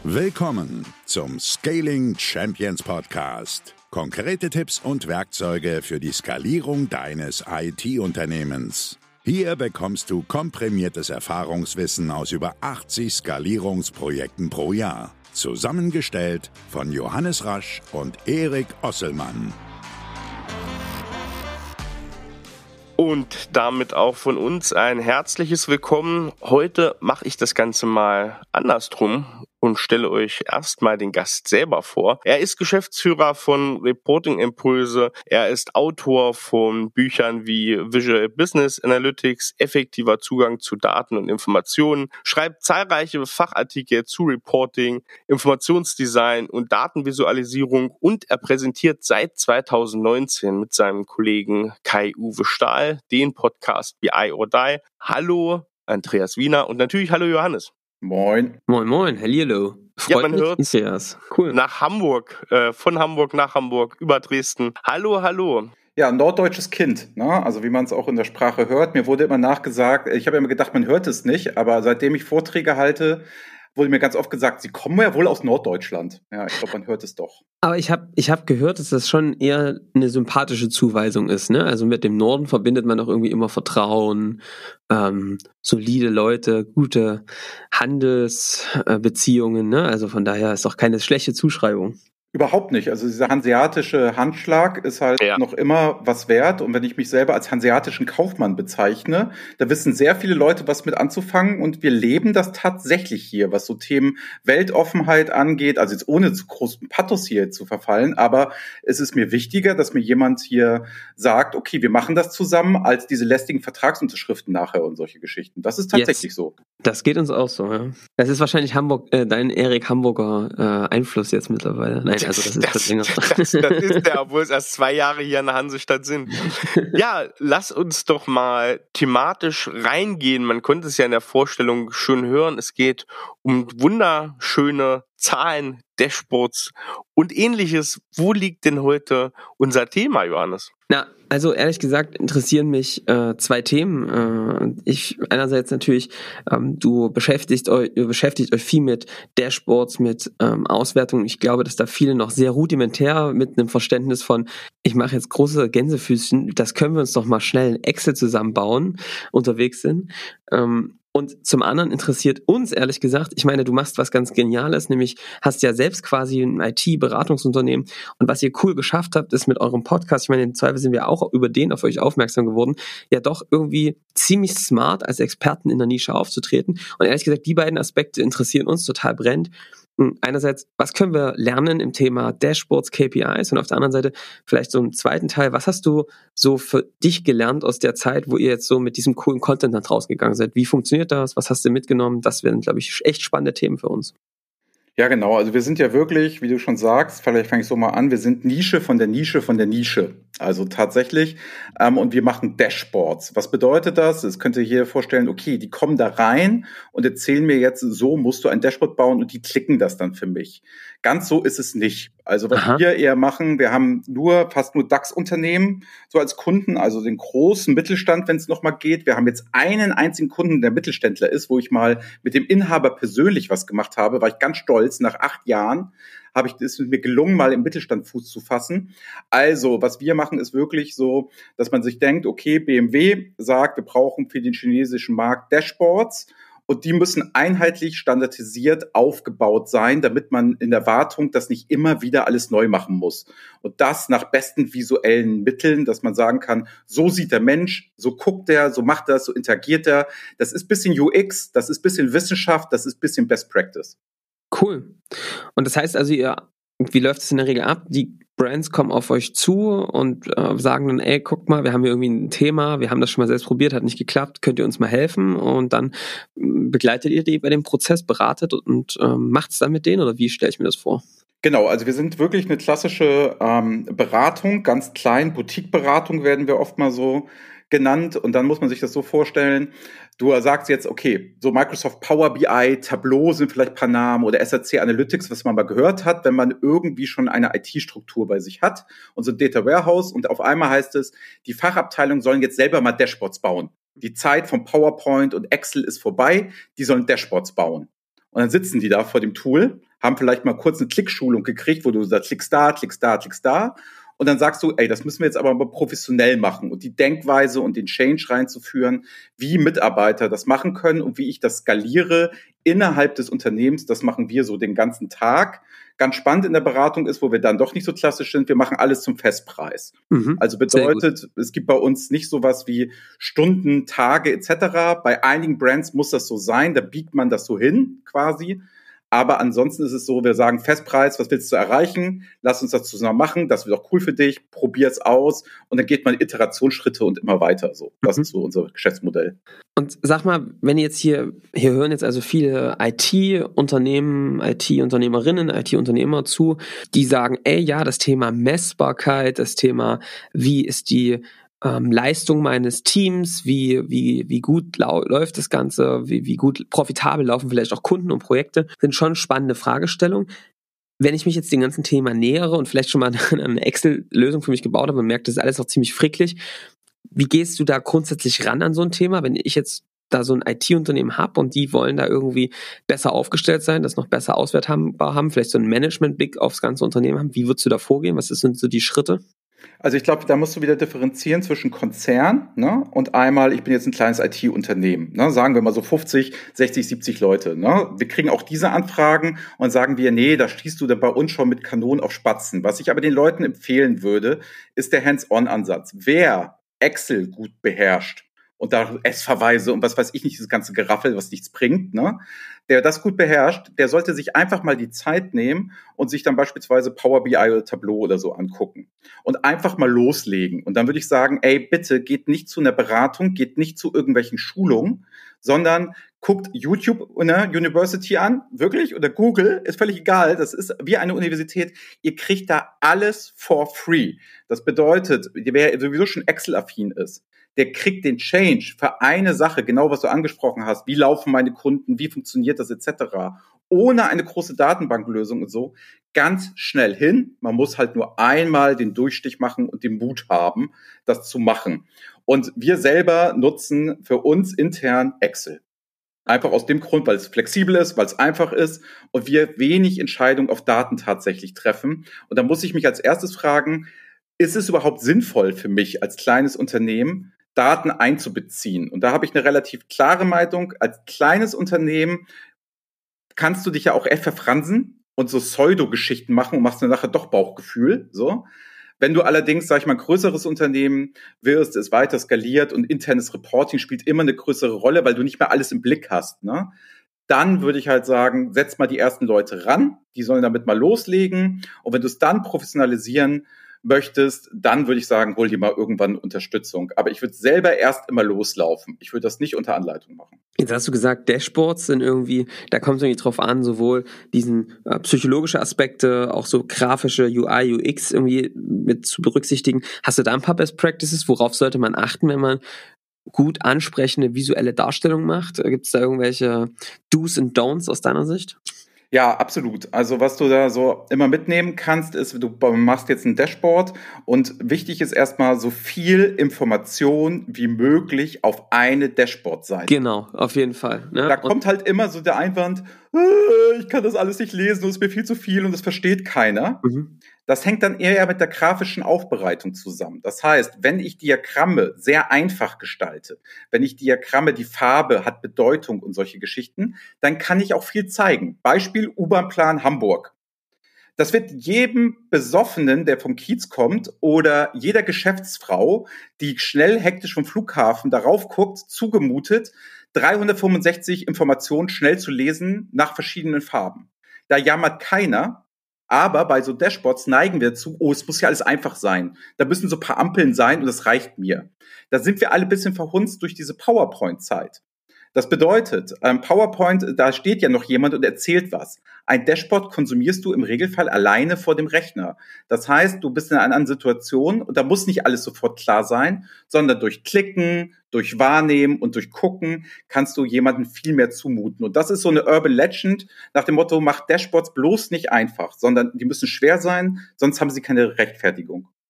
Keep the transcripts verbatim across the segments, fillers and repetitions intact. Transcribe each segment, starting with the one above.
Willkommen zum Scaling Champions Podcast. Konkrete Tipps und Werkzeuge für die Skalierung deines I T-Unternehmens. Hier bekommst du komprimiertes Erfahrungswissen aus über achtzig Skalierungsprojekten pro Jahr. Zusammengestellt von Johannes Rasch und Erik Osselmann. Und damit auch von uns ein herzliches Willkommen. Heute mache ich das Ganze mal andersrum und stelle euch erstmal den Gast selber vor. Er ist Geschäftsführer von Reporting Impulse. Er ist Autor von Büchern wie Visual Business Analytics, effektiver Zugang zu Daten und Informationen, schreibt zahlreiche Fachartikel zu Reporting, Informationsdesign und Datenvisualisierung und er präsentiert seit zweitausendneunzehn mit seinem Kollegen Kai-Uwe Stahl den Podcast B I or Die. Hallo Andreas Wiener und natürlich hallo Johannes. Moin. Moin, moin, hallihallo. Freut ja, man mich, hört Andreas. Cool. Nach Hamburg, äh, von Hamburg nach Hamburg, über Dresden. Hallo, hallo. Ja, ein norddeutsches Kind, ne? Also wie man es auch in der Sprache hört. Mir wurde immer nachgesagt, ich habe immer gedacht, man hört es nicht, aber seitdem ich Vorträge halte, wurde mir ganz oft gesagt, Sie kommen ja wohl aus Norddeutschland. Ja, ich glaube, man hört es doch. Aber ich habe ich hab gehört, dass das schon eher eine sympathische Zuweisung ist, ne? Also mit dem Norden verbindet man doch irgendwie immer Vertrauen, ähm, solide Leute, gute Handelsbeziehungen, ne? Also von daher ist doch keine schlechte Zuschreibung. Überhaupt nicht. Also dieser hanseatische Handschlag ist halt ja. noch immer was wert. Und wenn ich mich selber als hanseatischen Kaufmann bezeichne, da wissen sehr viele Leute was mit anzufangen. Und wir leben das tatsächlich hier, was so Themen Weltoffenheit angeht. Also jetzt ohne zu großen Pathos hier zu verfallen. Aber es ist mir wichtiger, dass mir jemand hier sagt, okay, wir machen das zusammen, als diese lästigen Vertragsunterschriften nachher und solche Geschichten. Das ist tatsächlich yes. so. Das geht uns auch so, ja. Das ist wahrscheinlich Hamburg, äh, dein Erik Hamburger äh, Einfluss jetzt mittlerweile. Nein, also das ist das, das, länger. Das, das ist der, obwohl es erst zwei Jahre hier in der Hansestadt sind. Ja, lass uns doch mal thematisch reingehen. Man konnte es ja in der Vorstellung schön hören. Es geht um wunderschöne Zahlen, Dashboards und ähnliches. Wo liegt denn heute unser Thema, Johannes? Na, also ehrlich gesagt interessieren mich äh, zwei Themen. Äh, ich einerseits natürlich, ähm, du beschäftigst euch, ihr beschäftigt euch viel mit Dashboards, mit ähm, Auswertungen. Ich glaube, dass da viele noch sehr rudimentär mit einem Verständnis von, ich mache jetzt große Gänsefüßchen, das können wir uns doch mal schnell in Excel zusammenbauen, unterwegs sind. Ähm, Und zum anderen interessiert uns, ehrlich gesagt, ich meine, du machst was ganz Geniales, nämlich hast ja selbst quasi ein I T-Beratungsunternehmen und was ihr cool geschafft habt, ist mit eurem Podcast, ich meine, im Zweifel sind wir auch über den auf euch aufmerksam geworden, ja doch irgendwie ziemlich smart als Experten in der Nische aufzutreten. Und ehrlich gesagt, die beiden Aspekte interessieren uns total brennend. Einerseits, was können wir lernen im Thema Dashboards, K P Is und auf der anderen Seite vielleicht so einen zweiten Teil, was hast du so für dich gelernt aus der Zeit, wo ihr jetzt so mit diesem coolen Content nach draußen gegangen seid? Wie funktioniert das? Was hast du mitgenommen? Das wären, glaube ich, echt spannende Themen für uns. Ja, genau. Also wir sind ja wirklich, wie du schon sagst, vielleicht fange ich so mal an, wir sind Nische von der Nische von der Nische. Also tatsächlich. Ähm, und wir machen Dashboards. Was bedeutet das? Das könnt ihr hier vorstellen, okay, die kommen da rein und erzählen mir jetzt, so musst du ein Dashboard bauen und die klicken das dann für mich. Ganz so ist es nicht. Also was Aha. wir eher machen, wir haben nur fast nur DAX-Unternehmen so als Kunden, also den großen Mittelstand, wenn es noch mal geht. Wir haben jetzt einen einzigen Kunden, der Mittelständler ist, wo ich mal mit dem Inhaber persönlich was gemacht habe, war ich ganz stolz. Nach acht Jahren habe ich es mir gelungen, mal im Mittelstand Fuß zu fassen. Also, was wir machen, ist wirklich so, dass man sich denkt, okay, B M W sagt, wir brauchen für den chinesischen Markt Dashboards und die müssen einheitlich standardisiert aufgebaut sein, damit man in der Wartung das nicht immer wieder alles neu machen muss. Und das nach besten visuellen Mitteln, dass man sagen kann, so sieht der Mensch, so guckt er, so macht er, so interagiert er. Das ist bisschen U X, das ist bisschen Wissenschaft, das ist bisschen Best Practice. Cool. Und das heißt also, ihr, wie läuft es in der Regel ab? Die Brands kommen auf euch zu und äh, sagen dann, ey, guckt mal, wir haben hier irgendwie ein Thema, wir haben das schon mal selbst probiert, hat nicht geklappt, könnt ihr uns mal helfen? Und dann begleitet ihr die bei dem Prozess, beratet und ähm, macht es dann mit denen oder wie stelle ich mir das vor? Genau, also wir sind wirklich eine klassische ähm, Beratung, ganz klein, Boutique-Beratung werden wir oft mal so genannt und dann muss man sich das so vorstellen, du sagst jetzt, okay, so Microsoft Power B I, Tableau sind vielleicht ein paar Namen oder S A C Analytics, was man mal gehört hat, wenn man irgendwie schon eine I T-Struktur bei sich hat und so ein Data Warehouse und auf einmal heißt es, die Fachabteilungen sollen jetzt selber mal Dashboards bauen. Die Zeit von PowerPoint und Excel ist vorbei, die sollen Dashboards bauen. Und dann sitzen die da vor dem Tool haben vielleicht mal kurz eine Klickschulung gekriegt, wo du sagst, klickst da, klickst da, klickst da. Und dann sagst du, ey, das müssen wir jetzt aber mal professionell machen und die Denkweise und den Change reinzuführen, wie Mitarbeiter das machen können und wie ich das skaliere innerhalb des Unternehmens. Das machen wir so den ganzen Tag. Ganz spannend in der Beratung ist, wo wir dann doch nicht so klassisch sind, wir machen alles zum Festpreis. Mhm, also bedeutet, es gibt bei uns nicht sowas wie Stunden, Tage et cetera. Bei einigen Brands muss das so sein, da biegt man das so hin quasi. Aber ansonsten ist es so, wir sagen Festpreis, was willst du erreichen? Lass uns das zusammen machen, das wird auch cool für dich, probier es aus und dann geht man Iterationsschritte und immer weiter. So, das mhm. ist so unser Geschäftsmodell. Und sag mal, wenn ihr jetzt hier, hier hören jetzt also viele I T-Unternehmen, I T-Unternehmerinnen, I T-Unternehmer zu, die sagen, ey, ja, das Thema Messbarkeit, das Thema, wie ist die Ähm, Leistung meines Teams, wie wie wie gut lau- läuft das Ganze, wie wie gut profitabel laufen vielleicht auch Kunden und Projekte, sind schon spannende Fragestellungen. Wenn ich mich jetzt dem ganzen Thema nähere und vielleicht schon mal eine Excel-Lösung für mich gebaut habe und merke, das ist alles auch ziemlich fricklich, wie gehst du da grundsätzlich ran an so ein Thema, wenn ich jetzt da so ein I T-Unternehmen habe und die wollen da irgendwie besser aufgestellt sein, das noch besser auswertbar haben, vielleicht so einen Management-Blick aufs ganze Unternehmen haben, wie würdest du da vorgehen? Was sind so die Schritte? Also ich glaube, da musst du wieder differenzieren zwischen Konzern, ne, und einmal, ich bin jetzt ein kleines I T-Unternehmen, ne, sagen wir mal so fünfzig, sechzig, siebzig Leute. Ne. Wir kriegen auch diese Anfragen und sagen wir, nee, da schießt du dann bei uns schon mit Kanonen auf Spatzen. Was ich aber den Leuten empfehlen würde, ist der Hands-on-Ansatz. Wer Excel gut beherrscht und da S-Verweise und was weiß ich nicht, dieses ganze Geraffel, was nichts bringt, ne, der das gut beherrscht, der sollte sich einfach mal die Zeit nehmen und sich dann beispielsweise Power B I oder Tableau oder so angucken und einfach mal loslegen. Und dann würde ich sagen, ey, bitte geht nicht zu einer Beratung, geht nicht zu irgendwelchen Schulungen, sondern guckt YouTube, ne, University an, wirklich, oder Google, ist völlig egal, das ist wie eine Universität, ihr kriegt da alles for free. Das bedeutet, wer sowieso schon Excel-affin ist, der kriegt den Change für eine Sache, genau was du angesprochen hast, wie laufen meine Kunden, wie funktioniert das et cetera, ohne eine große Datenbanklösung und so, ganz schnell hin. Man muss halt nur einmal den Durchstich machen und den Mut haben, das zu machen. Und wir selber nutzen für uns intern Excel. Einfach aus dem Grund, weil es flexibel ist, weil es einfach ist und wir wenig Entscheidungen auf Daten tatsächlich treffen. Und da muss ich mich als erstes fragen, ist es überhaupt sinnvoll für mich als kleines Unternehmen, Daten einzubeziehen? Und da habe ich eine relativ klare Meinung. Als kleines Unternehmen kannst du dich ja auch echt verfransen und so Pseudo-Geschichten machen und machst dann nachher doch Bauchgefühl. So. Wenn du allerdings, sag ich mal, ein größeres Unternehmen wirst, es weiter skaliert und internes Reporting spielt immer eine größere Rolle, weil du nicht mehr alles im Blick hast, ne? Dann würde ich halt sagen, setz mal die ersten Leute ran, die sollen damit mal loslegen. Und wenn du es dann professionalisieren möchtest, dann würde ich sagen, hol dir mal irgendwann Unterstützung. Aber ich würde selber erst immer loslaufen. Ich würde das nicht unter Anleitung machen. Jetzt hast du gesagt, Dashboards sind irgendwie, da kommt es irgendwie drauf an, sowohl diesen äh, psychologische Aspekte, auch so grafische U I, U X irgendwie mit zu berücksichtigen. Hast du da ein paar Best Practices? Worauf sollte man achten, wenn man gut ansprechende visuelle Darstellung macht? Gibt es da irgendwelche Do's und Don'ts aus deiner Sicht? Ja, absolut. Also was du da so immer mitnehmen kannst, ist, du machst jetzt ein Dashboard und wichtig ist erstmal so viel Information wie möglich auf eine Dashboard-Seite. Genau, auf jeden Fall. Ne? Da kommt halt immer so der Einwand, äh, ich kann das alles nicht lesen, das ist mir viel zu viel und das versteht keiner. Mhm. Das hängt dann eher mit der grafischen Aufbereitung zusammen. Das heißt, wenn ich Diagramme sehr einfach gestalte, wenn ich Diagramme, die Farbe hat Bedeutung und solche Geschichten, dann kann ich auch viel zeigen. Beispiel U-Bahn-Plan Hamburg. Das wird jedem Besoffenen, der vom Kiez kommt, oder jeder Geschäftsfrau, die schnell hektisch vom Flughafen darauf guckt, zugemutet, dreihundertfünfundsechzig Informationen schnell zu lesen nach verschiedenen Farben. Da jammert keiner. Aber bei so Dashboards neigen wir zu, oh, es muss ja alles einfach sein. Da müssen so ein paar Ampeln sein und das reicht mir. Da sind wir alle ein bisschen verhunzt durch diese PowerPoint-Zeit. Das bedeutet, ähm, PowerPoint, da steht ja noch jemand und erzählt was. Ein Dashboard konsumierst du im Regelfall alleine vor dem Rechner. Das heißt, du bist in einer anderen Situation und da muss nicht alles sofort klar sein, sondern durch Klicken, durch Wahrnehmen und durch Gucken kannst du jemandem viel mehr zumuten. Und das ist so eine Urban Legend nach dem Motto, mach Dashboards bloß nicht einfach, sondern die müssen schwer sein, sonst haben sie keine Rechtfertigung.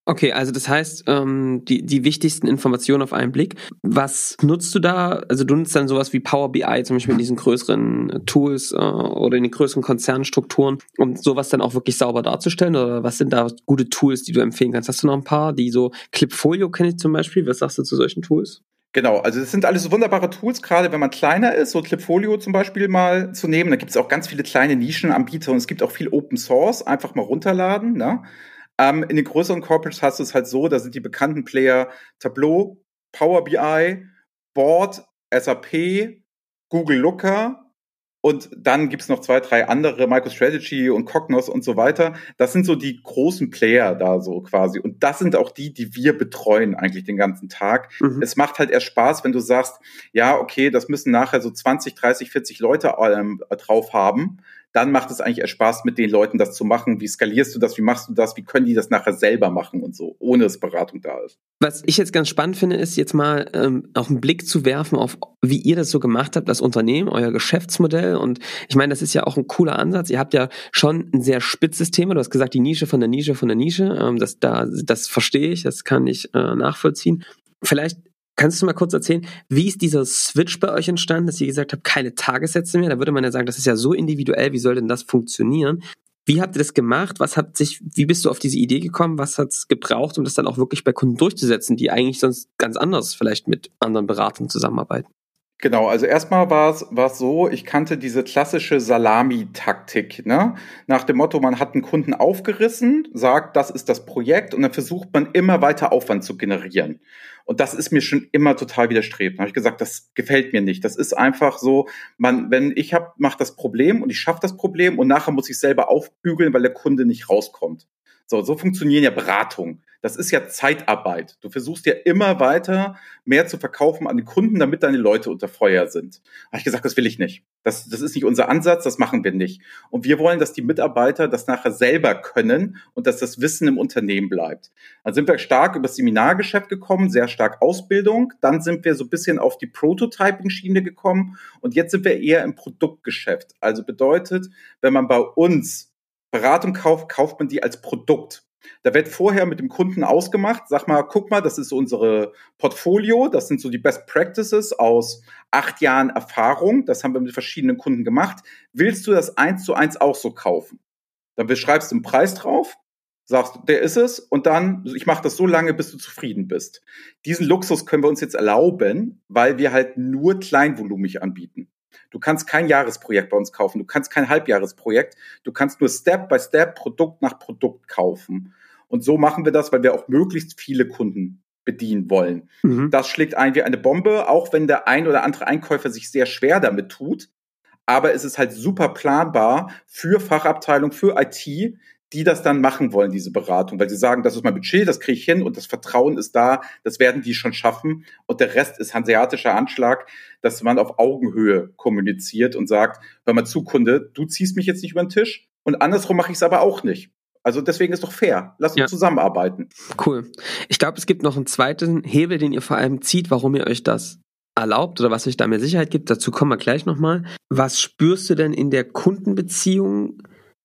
Okay, also das heißt, ähm, die, die wichtigsten Informationen auf einen Blick. Was nutzt du da? Also du nutzt dann sowas wie Power B I zum Beispiel in diesen größeren Tools äh, oder in den größeren Konzernstrukturen, um sowas dann auch wirklich sauber darzustellen? Oder was sind da gute Tools, die du empfehlen kannst? Hast du noch ein paar, die so Clipfolio kenne ich zum Beispiel? Was sagst du zu solchen Tools? Genau, also das sind alles so wunderbare Tools, gerade wenn man kleiner ist, so Clipfolio zum Beispiel mal zu nehmen. Da gibt es auch ganz viele kleine Nischenanbieter und es gibt auch viel Open Source, einfach mal runterladen, ne? Ähm, in den größeren Corporates hast du es halt so, da sind die bekannten Player Tableau, Power B I, Board, S A P, Google Looker und dann gibt's noch zwei, drei andere, MicroStrategy und Cognos und so weiter. Das sind so die großen Player da so quasi und das sind auch die, die wir betreuen eigentlich den ganzen Tag. Mhm. Es macht halt erst Spaß, wenn du sagst, ja, okay, das müssen nachher so zwanzig, dreißig, vierzig Leute ähm, drauf haben. Dann macht es eigentlich erst Spaß, mit den Leuten das zu machen. Wie skalierst du das? Wie machst du das? Wie können die das nachher selber machen und so, ohne dass Beratung da ist? Was ich jetzt ganz spannend finde, ist jetzt mal ähm, auch einen Blick zu werfen auf, wie ihr das so gemacht habt, das Unternehmen, euer Geschäftsmodell. Und ich meine, das ist ja auch ein cooler Ansatz. Ihr habt ja schon ein sehr spitzes Thema. Du hast gesagt, die Nische von der Nische von der Nische. Ähm, das, da, das verstehe ich, das kann ich äh, nachvollziehen. Vielleicht kannst du mal kurz erzählen, wie ist dieser Switch bei euch entstanden, dass ihr gesagt habt, keine Tagessätze mehr? Da würde man ja sagen, das ist ja so individuell, wie soll denn das funktionieren? Wie habt ihr das gemacht? Was hat sich, wie bist du auf diese Idee gekommen? Was hat es gebraucht, um das dann auch wirklich bei Kunden durchzusetzen, die eigentlich sonst ganz anders vielleicht mit anderen Beratern zusammenarbeiten? Genau, also erstmal war es war es so, ich kannte diese klassische Salami-Taktik, ne? Nach dem Motto, man hat einen Kunden aufgerissen, sagt, das ist das Projekt und dann versucht man immer weiter Aufwand zu generieren. Und das ist mir schon immer total widerstrebt. Da habe ich gesagt, das gefällt mir nicht. Das ist einfach so, man, wenn ich habe, mache das Problem und ich schaffe das Problem und nachher muss ich selber aufbügeln, weil der Kunde nicht rauskommt. So, so funktionieren ja Beratungen. Das ist ja Zeitarbeit. Du versuchst ja immer weiter mehr zu verkaufen an die Kunden, damit deine Leute unter Feuer sind. Da habe ich gesagt, das will ich nicht. Das, das ist nicht unser Ansatz, das machen wir nicht. Und wir wollen, dass die Mitarbeiter das nachher selber können und dass das Wissen im Unternehmen bleibt. Dann sind wir stark über das Seminargeschäft gekommen, sehr stark Ausbildung. Dann sind wir so ein bisschen auf die Prototyping-Schiene gekommen und jetzt sind wir eher im Produktgeschäft. Also bedeutet, wenn man bei uns Beratung kauft, kauft man die als Produkt. Da wird vorher mit dem Kunden ausgemacht, sag mal, guck mal, das ist unsere Portfolio, das sind so die Best Practices aus acht Jahren Erfahrung, das haben wir mit verschiedenen Kunden gemacht. Willst du das eins zu eins auch so kaufen? Dann beschreibst du einen Preis drauf, sagst, der ist es und dann, ich mache das so lange, bis du zufrieden bist. Diesen Luxus können wir uns jetzt erlauben, weil wir halt nur kleinvolumig anbieten. Du kannst kein Jahresprojekt bei uns kaufen, du kannst kein Halbjahresprojekt, du kannst nur Step by Step, Produkt nach Produkt kaufen. Und so machen wir das, weil wir auch möglichst viele Kunden bedienen wollen. Mhm. Das schlägt ein wie eine Bombe, auch wenn der ein oder andere Einkäufer sich sehr schwer damit tut. Aber es ist halt super planbar für Fachabteilung, für I T, die das dann machen wollen, diese Beratung, weil sie sagen, das ist mein Budget, das kriege ich hin und das Vertrauen ist da, das werden die schon schaffen und der Rest ist hanseatischer Anschlag, dass man auf Augenhöhe kommuniziert und sagt, hör mal zu, Kunde, du ziehst mich jetzt nicht über den Tisch und andersrum mache ich es aber auch nicht. Also deswegen ist doch fair, lass uns ja zusammenarbeiten. Cool. Ich glaube, es gibt noch einen zweiten Hebel, den ihr vor allem zieht, warum ihr euch das erlaubt oder was euch da mehr Sicherheit gibt, dazu kommen wir gleich nochmal. Was spürst du denn in der Kundenbeziehung?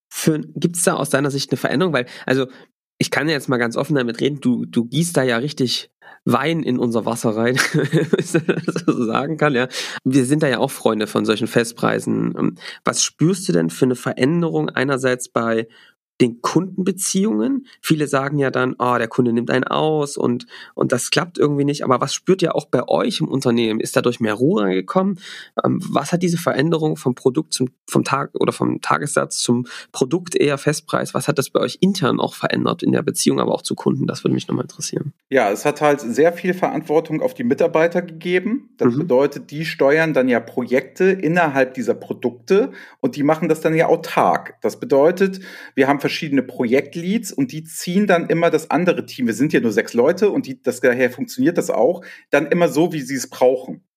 Gibt es da aus deiner Sicht eine Veränderung? Weil, also, ich kann ja jetzt mal ganz offen damit reden, du, du gießt da ja richtig Wein in unser Wasser rein, wenn man das so sagen kann, ja. Wir sind da ja auch Freunde von solchen Festpreisen. Was spürst du denn für eine Veränderung einerseits bei den Kundenbeziehungen? Viele sagen ja dann, oh, der Kunde nimmt einen aus und, und das klappt irgendwie nicht. Aber was spürt ihr auch bei euch im Unternehmen? Ist dadurch mehr Ruhe reingekommen? Ähm, was hat diese Veränderung vom Produkt zum, vom Tag oder vom Tagessatz zum Produkt eher Festpreis? Was hat das bei euch intern auch verändert in der Beziehung, aber auch zu Kunden? Das würde mich nochmal interessieren. Ja, es hat halt sehr viel Verantwortung auf die Mitarbeiter gegeben. Das mhm. bedeutet, die steuern dann ja Projekte innerhalb dieser Produkte und die machen das dann ja autark. Das bedeutet, wir haben verschiedene Projektleads und die ziehen dann immer das andere Team, wir sind ja nur sechs Leute und die, das, daher funktioniert das auch, dann immer so, wie sie es brauchen.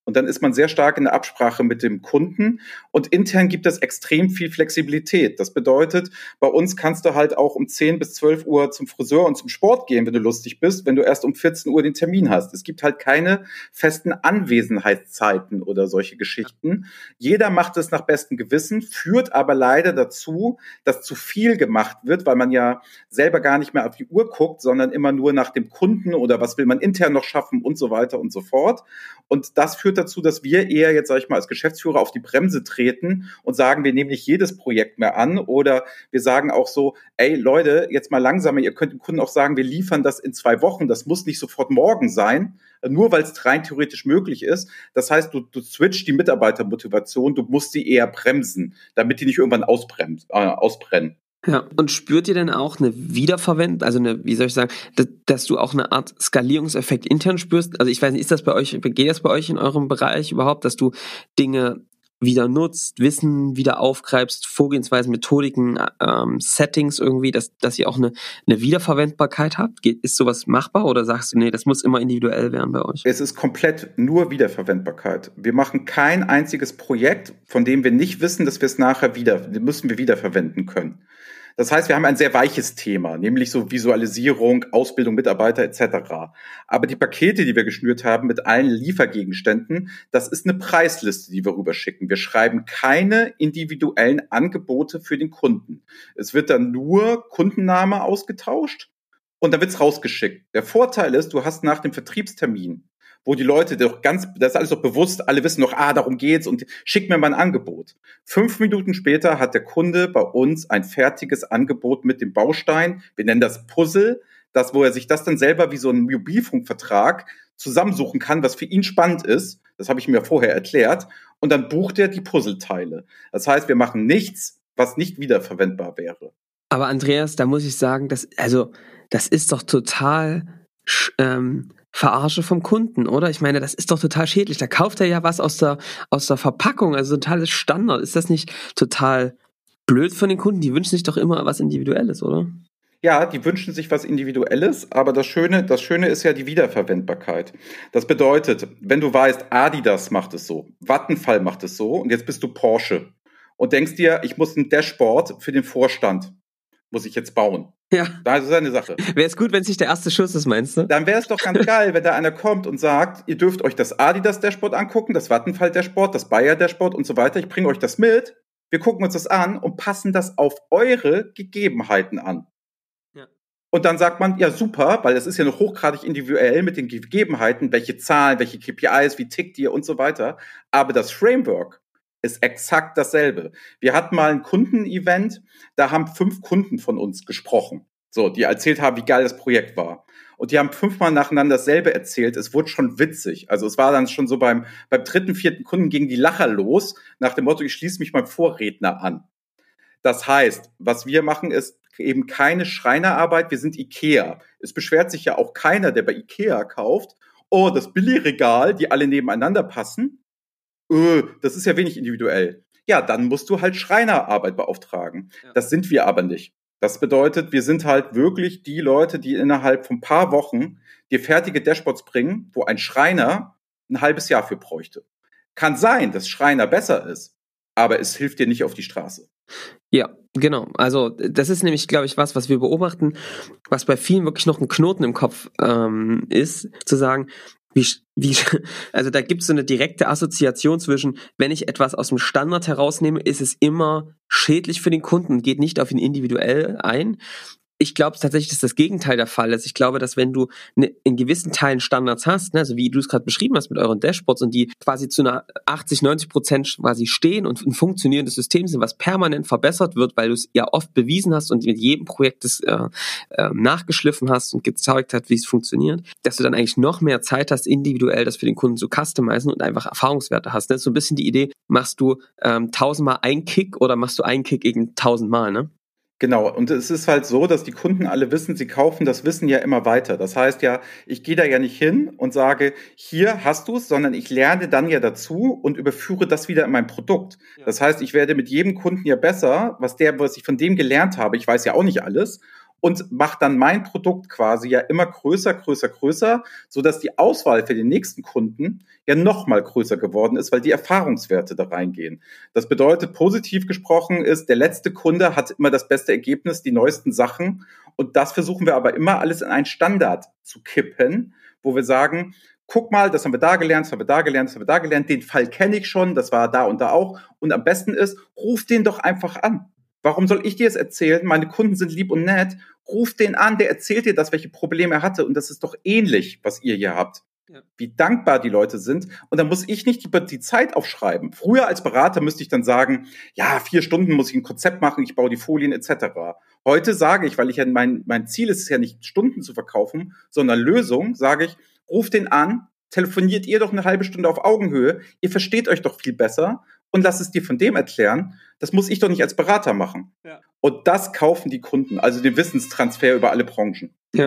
Und dann ist man sehr stark in der Absprache mit dem Kunden. Und intern gibt es extrem viel Flexibilität. Das bedeutet, bei uns kannst du halt auch um zehn bis zwölf Uhr zum Friseur und zum Sport gehen, wenn du lustig bist, wenn du erst um vierzehn Uhr den Termin hast. Es gibt halt keine festen Anwesenheitszeiten oder solche Geschichten. Jeder macht es nach bestem Gewissen, führt aber leider dazu, dass zu viel gemacht wird, weil man ja selber gar nicht mehr auf die Uhr guckt, sondern immer nur nach dem Kunden oder was will man intern noch schaffen und so weiter und so fort. Und das führt dazu, dass wir eher jetzt, sage ich mal, als Geschäftsführer auf die Bremse treten und sagen, wir nehmen nicht jedes Projekt mehr an, oder wir sagen auch so, ey Leute, jetzt mal langsamer, ihr könnt dem Kunden auch sagen, wir liefern das in zwei Wochen, das muss nicht sofort morgen sein, nur weil es rein theoretisch möglich ist. Das heißt, du, du switcht die Mitarbeitermotivation, du musst sie eher bremsen, damit die nicht irgendwann ausbremsen, äh, ausbrennen. Ja, und spürt ihr denn auch eine Wiederverwendung, also eine, wie soll ich sagen, dass, dass du auch eine Art Skalierungseffekt intern spürst? Also ich weiß nicht, ist das bei euch, geht das bei euch in eurem Bereich überhaupt, dass du Dinge wieder nutzt, Wissen wieder aufgreifst, Vorgehensweisen, Methodiken, ähm, Settings irgendwie, dass, dass ihr auch eine, eine Wiederverwendbarkeit habt? Geht, ist sowas machbar oder sagst du, nee, das muss immer individuell werden bei euch? Es ist komplett nur Wiederverwendbarkeit. Wir machen kein einziges Projekt, von dem wir nicht wissen, dass wir es nachher wieder, müssen wir wiederverwenden können. Das heißt, wir haben ein sehr weiches Thema, nämlich so Visualisierung, Ausbildung, Mitarbeiter et cetera. Aber die Pakete, die wir geschnürt haben mit allen Liefergegenständen, das ist eine Preisliste, die wir rüberschicken. Wir schreiben keine individuellen Angebote für den Kunden. Es wird dann nur Kundenname ausgetauscht und dann wird's rausgeschickt. Der Vorteil ist, du hast nach dem Vertriebstermin, wo die Leute doch ganz, das ist alles doch bewusst, alle wissen noch, ah, darum geht's und schick mir mal ein Angebot. Fünf Minuten später hat der Kunde bei uns ein fertiges Angebot mit dem Baustein, wir nennen das Puzzle, das, wo er sich das dann selber wie so ein Mobilfunkvertrag zusammensuchen kann, was für ihn spannend ist. Das habe ich mir vorher erklärt. Und dann bucht er die Puzzleteile. Das heißt, wir machen nichts, was nicht wiederverwendbar wäre. Aber Andreas, da muss ich sagen, das, also, das ist doch total, ähm, Verarsche vom Kunden, oder? Ich meine, das ist doch total schädlich. Da kauft er ja was aus der, aus der Verpackung, also totales Standard. Ist das nicht total blöd von den Kunden? Die wünschen sich doch immer was Individuelles, oder? Ja, die wünschen sich was Individuelles, aber das Schöne, das Schöne ist ja die Wiederverwendbarkeit. Das bedeutet, wenn du weißt, Adidas macht es so, Vattenfall macht es so und jetzt bist du Porsche und denkst dir, ich muss ein Dashboard für den Vorstand, muss ich jetzt bauen. Ja. Das ist eine Sache. Wäre es gut, wenn es nicht der erste Schuss ist, meinst du? Dann wäre es doch ganz geil, wenn da einer kommt und sagt, ihr dürft euch das Adidas-Dashboard angucken, das Vattenfall-Dashboard, das Bayer-Dashboard und so weiter. Ich bringe euch das mit, wir gucken uns das an und passen das auf eure Gegebenheiten an. Ja. Und dann sagt man, ja super, weil es ist ja noch hochgradig individuell mit den Gegebenheiten, welche Zahlen, welche K P Is, wie tickt ihr und so weiter. Aber das Framework ist exakt dasselbe. Wir hatten mal ein Kundenevent, da haben fünf Kunden von uns gesprochen, so, die erzählt haben, wie geil das Projekt war. Und die haben fünfmal nacheinander dasselbe erzählt. Es wurde schon witzig. Also es war dann schon so beim, beim dritten, vierten Kunden gingen die Lacher los, nach dem Motto, ich schließe mich meinem Vorredner an. Das heißt, was wir machen, ist eben keine Schreinerarbeit, wir sind Ikea. Es beschwert sich ja auch keiner, der bei Ikea kauft, oh, das Billigregal, die alle nebeneinander passen, öh, das ist ja wenig individuell. Ja, dann musst du halt Schreinerarbeit beauftragen. Ja. Das sind wir aber nicht. Das bedeutet, wir sind halt wirklich die Leute, die innerhalb von ein paar Wochen dir fertige Dashboards bringen, wo ein Schreiner ein halbes Jahr für bräuchte. Kann sein, dass Schreiner besser ist, aber es hilft dir nicht auf die Straße. Ja, genau. Also das ist nämlich, glaube ich, was, was wir beobachten, was bei vielen wirklich noch ein Knoten im Kopf ähm, ist, zu sagen, Wie, wie, also da gibt es so eine direkte Assoziation zwischen, wenn ich etwas aus dem Standard herausnehme, ist es immer schädlich für den Kunden, geht nicht auf ihn individuell ein. Ich glaube tatsächlich, dass das Gegenteil der Fall ist. Ich glaube, dass wenn du ne, in gewissen Teilen Standards hast, ne, also wie du es gerade beschrieben hast mit euren Dashboards und die quasi zu einer achtzig, neunzig Prozent quasi stehen und ein funktionierendes System sind, was permanent verbessert wird, weil du es ja oft bewiesen hast und mit jedem Projekt das äh, äh, nachgeschliffen hast und gezeigt hat, wie es funktioniert, dass du dann eigentlich noch mehr Zeit hast, individuell das für den Kunden zu customizen und einfach Erfahrungswerte hast. Das ist so ein bisschen die Idee, machst du ähm, tausendmal einen Kick oder machst du einen Kick gegen tausendmal, ne? Genau, und es ist halt so, dass die Kunden alle wissen, sie kaufen das Wissen ja immer weiter. Das heißt ja, ich gehe da ja nicht hin und sage, hier hast du es, sondern ich lerne dann ja dazu und überführe das wieder in mein Produkt. Ja. Das heißt, ich werde mit jedem Kunden ja besser, was der, was ich von dem gelernt habe, ich weiß ja auch nicht alles, und mache dann mein Produkt quasi ja immer größer, größer, größer, sodass die Auswahl für den nächsten Kunden ja noch mal größer geworden ist, weil die Erfahrungswerte da reingehen. Das bedeutet, positiv gesprochen ist, der letzte Kunde hat immer das beste Ergebnis, die neuesten Sachen. Und das versuchen wir aber immer alles in einen Standard zu kippen, wo wir sagen, guck mal, das haben wir da gelernt, das haben wir da gelernt, das haben wir da gelernt, den Fall kenne ich schon, das war da und da auch. Und am besten ist, ruf den doch einfach an. Warum soll ich dir das erzählen? Meine Kunden sind lieb und nett. Ruf den an, der erzählt dir das, welche Probleme er hatte. Und das ist doch ähnlich, was ihr hier habt. Ja. Wie dankbar die Leute sind. Und dann muss ich nicht die, die Zeit aufschreiben. Früher als Berater müsste ich dann sagen, ja, vier Stunden muss ich ein Konzept machen, ich baue die Folien et cetera. Heute sage ich, weil ich ja mein, mein Ziel ist es ja nicht, Stunden zu verkaufen, sondern Lösung, sage ich, ruf den an, telefoniert ihr doch eine halbe Stunde auf Augenhöhe, ihr versteht euch doch viel besser und lass es dir von dem erklären. Das muss ich doch nicht als Berater machen. Ja. Und das kaufen die Kunden, also den Wissenstransfer über alle Branchen. Ja,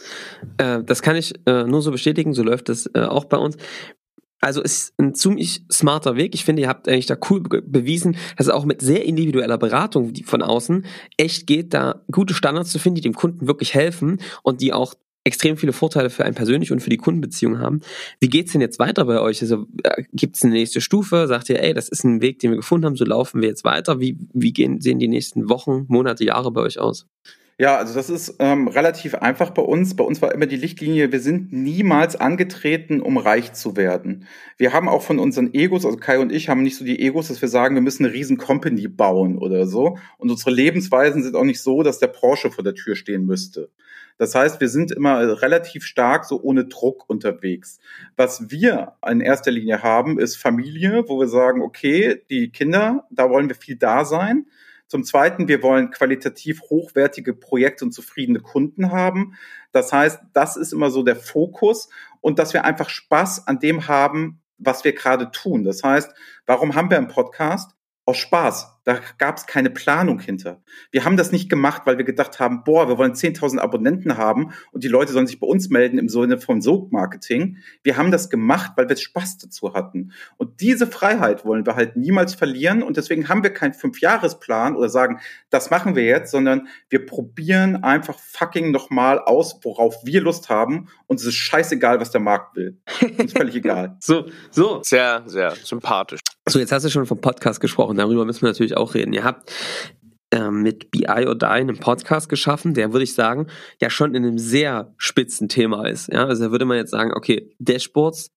äh, das kann ich äh, nur so bestätigen, so läuft das äh, auch bei uns. Also ist ein ziemlich smarter Weg. Ich finde, ihr habt eigentlich da cool be- bewiesen, dass es auch mit sehr individueller Beratung die von außen echt geht, da gute Standards zu finden, die dem Kunden wirklich helfen und die auch extrem viele Vorteile für einen persönlich und für die Kundenbeziehung haben. Wie geht's denn jetzt weiter bei euch? Also äh, gibt's eine nächste Stufe? Sagt ihr, ey, das ist ein Weg, den wir gefunden haben, so laufen wir jetzt weiter? Wie, wie gehen, sehen die nächsten Wochen, Monate, Jahre bei euch aus? Ja, also das ist ähm, relativ einfach bei uns. Bei uns war immer die Lichtlinie, wir sind niemals angetreten, um reich zu werden. Wir haben auch von unseren Egos, also Kai und ich haben nicht so die Egos, dass wir sagen, wir müssen eine riesen Company bauen oder so. Und unsere Lebensweisen sind auch nicht so, dass der Porsche vor der Tür stehen müsste. Das heißt, wir sind immer relativ stark so ohne Druck unterwegs. Was wir in erster Linie haben, ist Familie, wo wir sagen, okay, die Kinder, da wollen wir viel da sein. Zum Zweiten, wir wollen qualitativ hochwertige Projekte und zufriedene Kunden haben. Das heißt, das ist immer so der Fokus und dass wir einfach Spaß an dem haben, was wir gerade tun. Das heißt, warum haben wir einen Podcast? Aus Spaß. Da gab es keine Planung hinter. Wir haben das nicht gemacht, weil wir gedacht haben, boah, wir wollen zehntausend Abonnenten haben und die Leute sollen sich bei uns melden im Sinne von Sog-Marketing. Wir haben das gemacht, weil wir Spaß dazu hatten. Und diese Freiheit wollen wir halt niemals verlieren und deswegen haben wir keinen Fünfjahresplan oder sagen, das machen wir jetzt, sondern wir probieren einfach fucking nochmal aus, worauf wir Lust haben und es ist scheißegal, was der Markt will. Uns völlig egal. So, so. Sehr, sehr sympathisch. So, jetzt hast du schon vom Podcast gesprochen, darüber müssen wir natürlich auch reden. Ihr habt ähm, mit Be I or Die einen Podcast geschaffen, der, würde ich sagen, ja schon in einem sehr spitzen Thema ist. Ja, also da würde man jetzt sagen, okay, Dashboards,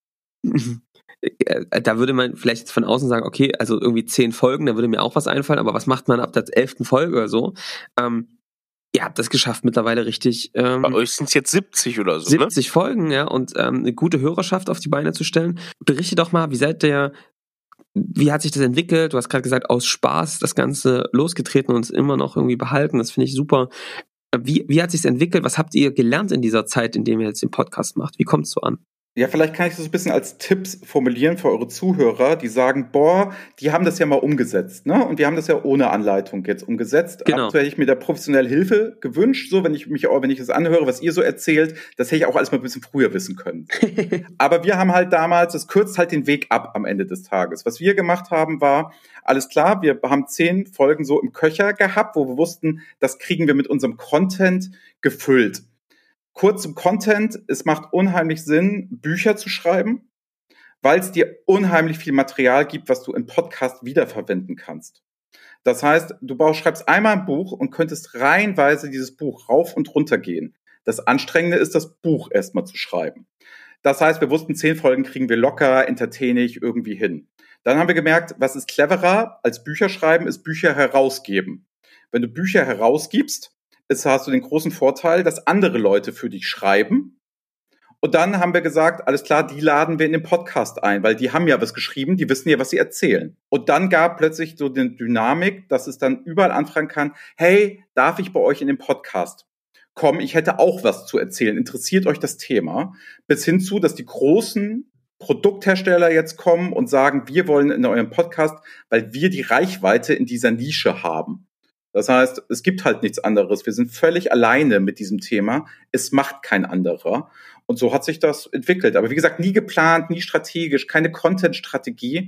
da würde man vielleicht jetzt von außen sagen, okay, also irgendwie zehn Folgen, da würde mir auch was einfallen, aber was macht man ab der elften Folge oder so? Ähm, ihr habt das geschafft mittlerweile richtig. Ähm, Bei euch sind es jetzt siebzig oder so, siebzig ne? Folgen, ja, und ähm, eine gute Hörerschaft auf die Beine zu stellen. Berichte doch mal, wie seid ihr Wie hat sich das entwickelt? Du hast gerade gesagt, aus Spaß das Ganze losgetreten und es immer noch irgendwie behalten. Das finde ich super. Wie, wie hat sich es entwickelt? Was habt ihr gelernt in dieser Zeit, in der ihr jetzt den Podcast macht? Wie kommt es so an? Ja, vielleicht kann ich das ein bisschen als Tipps formulieren für eure Zuhörer, die sagen, boah, die haben das ja mal umgesetzt, ne? Und wir haben das ja ohne Anleitung jetzt umgesetzt. Genau. Aktuell hätte ich mir da professionelle Hilfe gewünscht, so wenn ich mich, wenn ich das anhöre, was ihr so erzählt, das hätte ich auch alles mal ein bisschen früher wissen können. Aber wir haben halt damals, das kürzt halt den Weg ab am Ende des Tages. Was wir gemacht haben, war, alles klar, wir haben zehn Folgen so im Köcher gehabt, wo wir wussten, das kriegen wir mit unserem Content gefüllt. Kurz zum Content, es macht unheimlich Sinn, Bücher zu schreiben, weil es dir unheimlich viel Material gibt, was du im Podcast wiederverwenden kannst. Das heißt, du brauchst, schreibst einmal ein Buch und könntest reihenweise dieses Buch rauf und runter gehen. Das Anstrengende ist, das Buch erstmal zu schreiben. Das heißt, wir wussten, zehn Folgen kriegen wir locker, entertainig irgendwie hin. Dann haben wir gemerkt, was ist cleverer als Bücher schreiben, ist Bücher herausgeben. Wenn du Bücher herausgibst, ist, hast du den großen Vorteil, dass andere Leute für dich schreiben. Und dann haben wir gesagt, alles klar, die laden wir in den Podcast ein, weil die haben ja was geschrieben, die wissen ja, was sie erzählen. Und dann gab plötzlich so eine Dynamik, dass es dann überall anfragen kann, hey, darf ich bei euch in den Podcast kommen? Ich hätte auch was zu erzählen. Interessiert euch das Thema? Bis hin zu, dass die großen Produkthersteller jetzt kommen und sagen, wir wollen in eurem Podcast, weil wir die Reichweite in dieser Nische haben. Das heißt, es gibt halt nichts anderes. Wir sind völlig alleine mit diesem Thema. Es macht kein anderer. Und so hat sich das entwickelt. Aber wie gesagt, nie geplant, nie strategisch, keine Content-Strategie.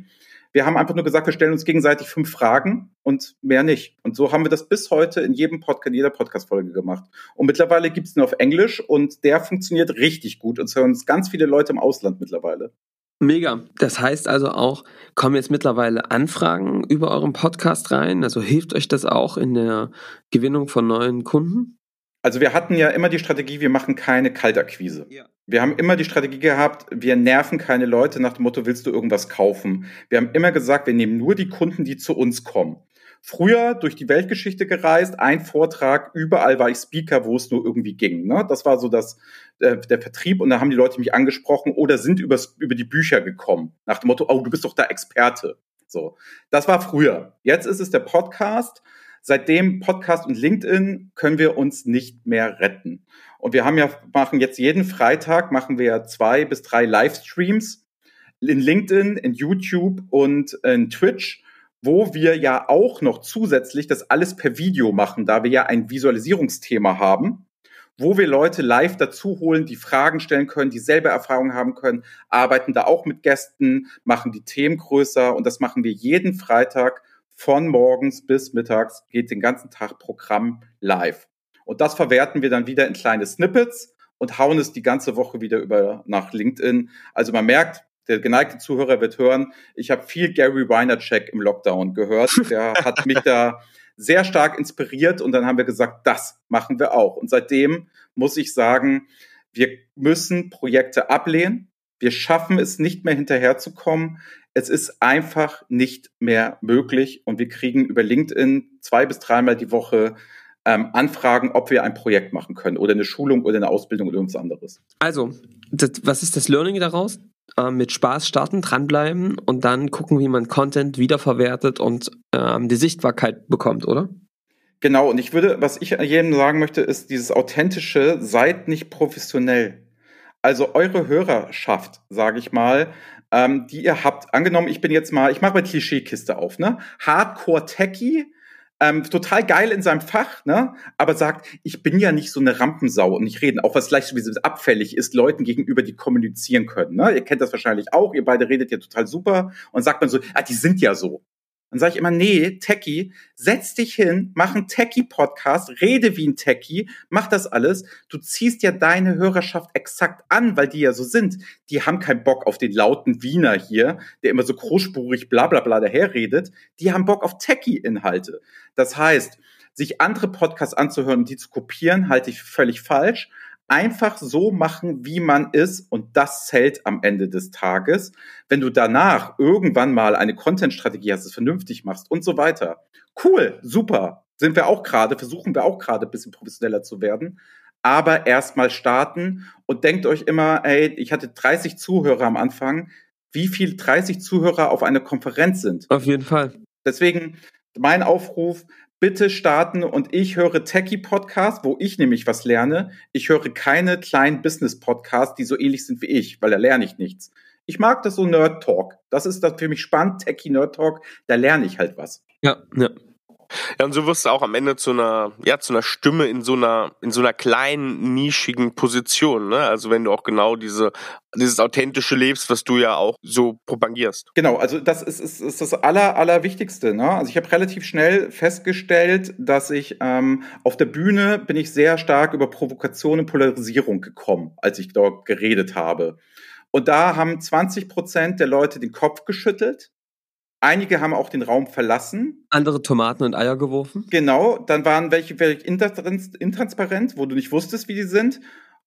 Wir haben einfach nur gesagt, wir stellen uns gegenseitig fünf Fragen und mehr nicht. Und so haben wir das bis heute in jedem Podcast, in jeder Podcast-Folge gemacht. Und mittlerweile gibt es ihn auf Englisch und der funktioniert richtig gut. Und es hören uns ganz viele Leute im Ausland mittlerweile. Mega. Das heißt also auch, kommen jetzt mittlerweile Anfragen über euren Podcast rein? Also hilft euch das auch in der Gewinnung von neuen Kunden? Also wir hatten ja immer die Strategie, wir machen keine Kaltakquise. Ja. Wir haben immer die Strategie gehabt, wir nerven keine Leute nach dem Motto, willst du irgendwas kaufen? Wir haben immer gesagt, wir nehmen nur die Kunden, die zu uns kommen. Früher durch die Weltgeschichte gereist, ein Vortrag, überall war ich Speaker, wo es nur irgendwie ging. Ne? Das war so das, äh, der Vertrieb und da haben die Leute mich angesprochen oder sind übers, über die Bücher gekommen. Nach dem Motto, oh, du bist doch da Experte. So, das war früher. Jetzt ist es der Podcast. Seitdem Podcast und LinkedIn können wir uns nicht mehr retten. Und wir haben ja, machen jetzt jeden Freitag, machen wir zwei bis drei Livestreams in LinkedIn, in YouTube und in Twitch, wo wir ja auch noch zusätzlich das alles per Video machen, da wir ja ein Visualisierungsthema haben, wo wir Leute live dazu holen, die Fragen stellen können, dieselbe Erfahrung haben können, arbeiten da auch mit Gästen, machen die Themen größer und das machen wir jeden Freitag von morgens bis mittags, geht den ganzen Tag Programm live. Und das verwerten wir dann wieder in kleine Snippets und hauen es die ganze Woche wieder über nach LinkedIn. Also man merkt, der geneigte Zuhörer wird hören, ich habe viel Gary Vaynerchuk im Lockdown gehört. Der hat mich da sehr stark inspiriert und dann haben wir gesagt, das machen wir auch. Und seitdem muss ich sagen, wir müssen Projekte ablehnen. Wir schaffen es nicht mehr hinterherzukommen. Es ist einfach nicht mehr möglich und wir kriegen über LinkedIn zwei bis dreimal die Woche ähm, Anfragen, ob wir ein Projekt machen können oder eine Schulung oder eine Ausbildung oder irgendwas anderes. Also, das, was ist das Learning daraus? Ähm, mit Spaß starten, dranbleiben und dann gucken, wie man Content wiederverwertet und ähm, die Sichtbarkeit bekommt, oder? Genau, und ich würde, was ich jedem sagen möchte, ist dieses authentische, seid nicht professionell. Also eure Hörerschaft, sage ich mal, ähm, die ihr habt, angenommen, ich bin jetzt mal, ich mache mal Klischeekiste auf, ne? Hardcore-Techie, ähm, total geil in seinem Fach, ne? Aber sagt, ich bin ja nicht so eine Rampensau und nicht reden, auch was gleich sowieso abfällig ist, Leuten gegenüber, die kommunizieren können, ne? Ihr kennt das wahrscheinlich auch, ihr beide redet ja total super und sagt man so, ah, die sind ja so. Dann sage ich immer, nee, Techie, setz dich hin, mach einen Techie-Podcast, rede wie ein Techie, mach das alles. Du ziehst ja deine Hörerschaft exakt an, weil die ja so sind. Die haben keinen Bock auf den lauten Wiener hier, der immer so großspurig bla bla bla daherredet. Die haben Bock auf Techie-Inhalte. Das heißt, sich andere Podcasts anzuhören und die zu kopieren, halte ich völlig falsch. Einfach so machen, wie man ist und das zählt am Ende des Tages. Wenn du danach irgendwann mal eine Content-Strategie hast, es vernünftig machst und so weiter. Cool, super, sind wir auch gerade, versuchen wir auch gerade ein bisschen professioneller zu werden. Aber erstmal starten und denkt euch immer, ey, ich hatte dreißig Zuhörer am Anfang, wie viel dreißig Zuhörer auf einer Konferenz sind. Auf jeden Fall. Deswegen mein Aufruf, bitte starten und ich höre Techie-Podcasts, wo ich nämlich was lerne. Ich höre keine kleinen Business-Podcasts, die so ähnlich sind wie ich, weil da lerne ich nichts. Ich mag das so Nerd-Talk. Das ist das für mich spannend, Techie-Nerd-Talk. Da lerne ich halt was. Ja, ja. Ja, und so wirst du auch am Ende zu einer, ja, zu einer Stimme in so einer, in so einer kleinen, nischigen Position, ne? Also wenn du auch genau diese, dieses authentische lebst, was du ja auch so propagierst. Genau, also das ist, ist, ist das aller, allerwichtigste, ne? Also ich habe relativ schnell festgestellt, dass ich ähm, auf der Bühne bin ich sehr stark über Provokation und Polarisierung gekommen, als ich dort geredet habe. Und da haben zwanzig Prozent der Leute den Kopf geschüttelt. Einige haben auch den Raum verlassen. Andere Tomaten und Eier geworfen. Genau, dann waren welche, welche intransparent, wo du nicht wusstest, wie die sind.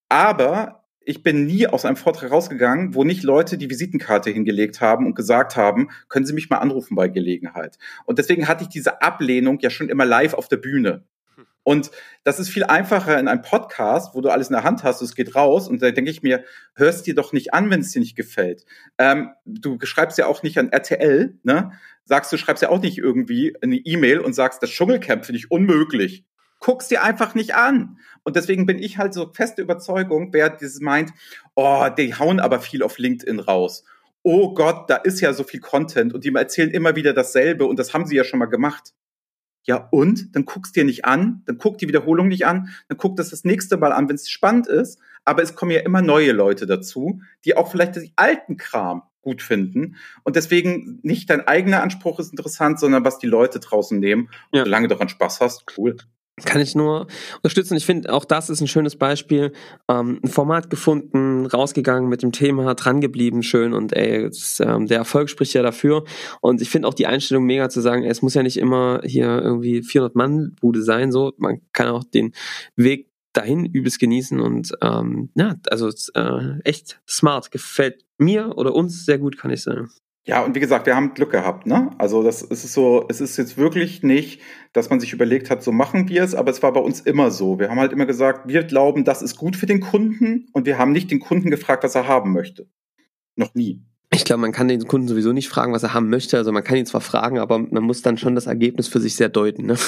Aber ich bin nie aus einem Vortrag rausgegangen, wo nicht Leute die Visitenkarte hingelegt haben und gesagt haben, können Sie mich mal anrufen bei Gelegenheit. Und deswegen hatte ich diese Ablehnung ja schon immer live auf der Bühne. Und das ist viel einfacher in einem Podcast, wo du alles in der Hand hast, es geht raus und da denke ich mir, hörst dir doch nicht an, wenn es dir nicht gefällt. Ähm, du schreibst ja auch nicht an R T L, ne? Sagst du, schreibst ja auch nicht irgendwie eine E-Mail und sagst, das Dschungelcamp finde ich unmöglich. Guck's dir einfach nicht an. Und deswegen bin ich halt so feste Überzeugung, wer dieses meint, oh, die hauen aber viel auf LinkedIn raus. Oh Gott, da ist ja so viel Content und die erzählen immer wieder dasselbe und das haben sie ja schon mal gemacht. Ja und? Dann guck's dir nicht an, dann guck die Wiederholung nicht an, dann guck das das nächste Mal an, wenn es spannend ist. Aber es kommen ja immer neue Leute dazu, die auch vielleicht den alten Kram gut finden. Und deswegen nicht dein eigener Anspruch ist interessant, sondern was die Leute draußen nehmen. Und Ja. solange du daran Spaß hast, cool. Kann ich nur unterstützen. Ich finde, auch das ist ein schönes Beispiel. Ähm, ein Format gefunden, rausgegangen mit dem Thema, dran geblieben, schön. Und ey, es, ähm, der Erfolg spricht ja dafür. Und ich finde auch die Einstellung mega zu sagen, ey, es muss ja nicht immer hier irgendwie vierhundert-Mann-Bude sein. So, man kann auch den Weg dahin übelst genießen. Und ähm, ja, also äh, echt smart. Gefällt mir oder uns sehr gut, kann ich sagen. Ja, und wie gesagt, wir haben Glück gehabt, ne? Also das ist so, es ist jetzt wirklich nicht, dass man sich überlegt hat, so machen wir es, aber es war bei uns immer so. Wir haben halt immer gesagt, wir glauben, das ist gut für den Kunden und wir haben nicht den Kunden gefragt, was er haben möchte. Noch nie. Ich glaube, man kann den Kunden sowieso nicht fragen, was er haben möchte. Also man kann ihn zwar fragen, aber man muss dann schon das Ergebnis für sich sehr deuten. Ne?